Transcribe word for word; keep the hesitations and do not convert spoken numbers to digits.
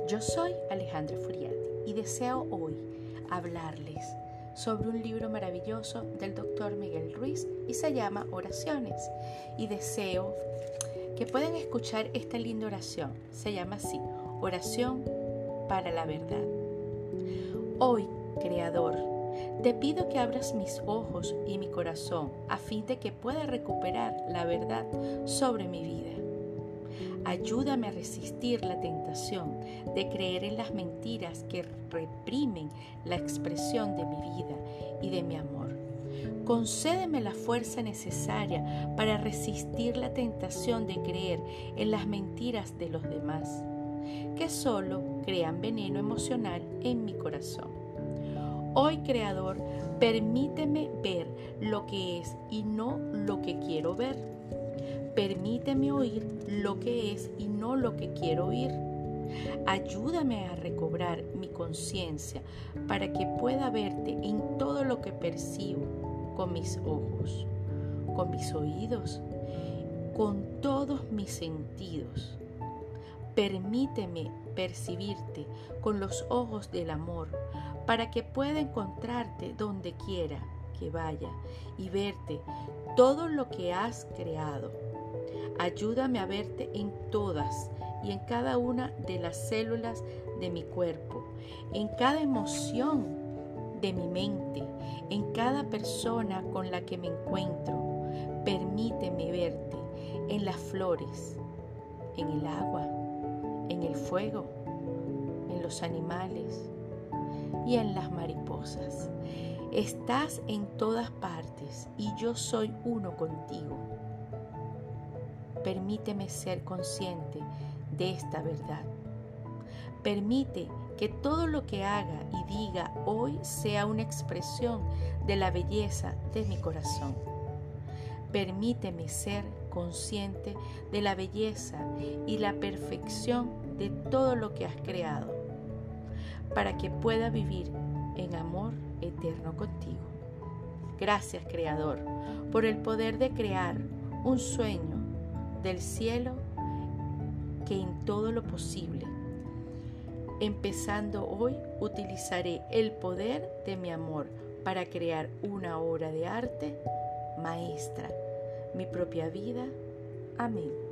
Yo soy Alejandra Furiati y deseo hoy hablarles sobre un libro maravilloso del doctor Miguel Ruiz y se llama Oraciones. Y deseo que puedan escuchar esta linda oración. Se llama así, Oración para la Verdad. Hoy, Creador, te pido que abras mis ojos y mi corazón a fin de que pueda recuperar la verdad sobre mi vida. Ayúdame a resistir la tentación de creer en las mentiras que reprimen la expresión de mi vida y de mi amor. Concédeme la fuerza necesaria para resistir la tentación de creer en las mentiras de los demás, que solo crean veneno emocional en mi corazón. Hoy, Creador, permíteme ver lo que es y no lo que quiero ver. Permíteme oír lo que es y no lo que quiero oír. Ayúdame a recobrar mi conciencia para que pueda verte en todo lo que percibo con mis ojos, con mis oídos, con todos mis sentidos. Permíteme percibirte con los ojos del amor para que pueda encontrarte donde quiera que vaya y verte todo lo que has creado. Ayúdame a verte en todas y en cada una de las células de mi cuerpo, en cada emoción de mi mente, en cada persona con la que me encuentro. Permíteme verte en las flores, en el agua, en el fuego, en los animales y en las mariposas. Estás en todas partes y yo soy uno contigo. Permíteme ser consciente de esta verdad. Permite que todo lo que haga y diga hoy sea una expresión de la belleza de mi corazón. Permíteme ser consciente de la belleza y la perfección de todo lo que has creado, para que pueda vivir en amor eterno contigo. Gracias, Creador, por el poder de crear un sueño del cielo que en todo lo posible, empezando hoy, utilizaré el poder de mi amor para crear una obra de arte maestra, mi propia vida. Amén.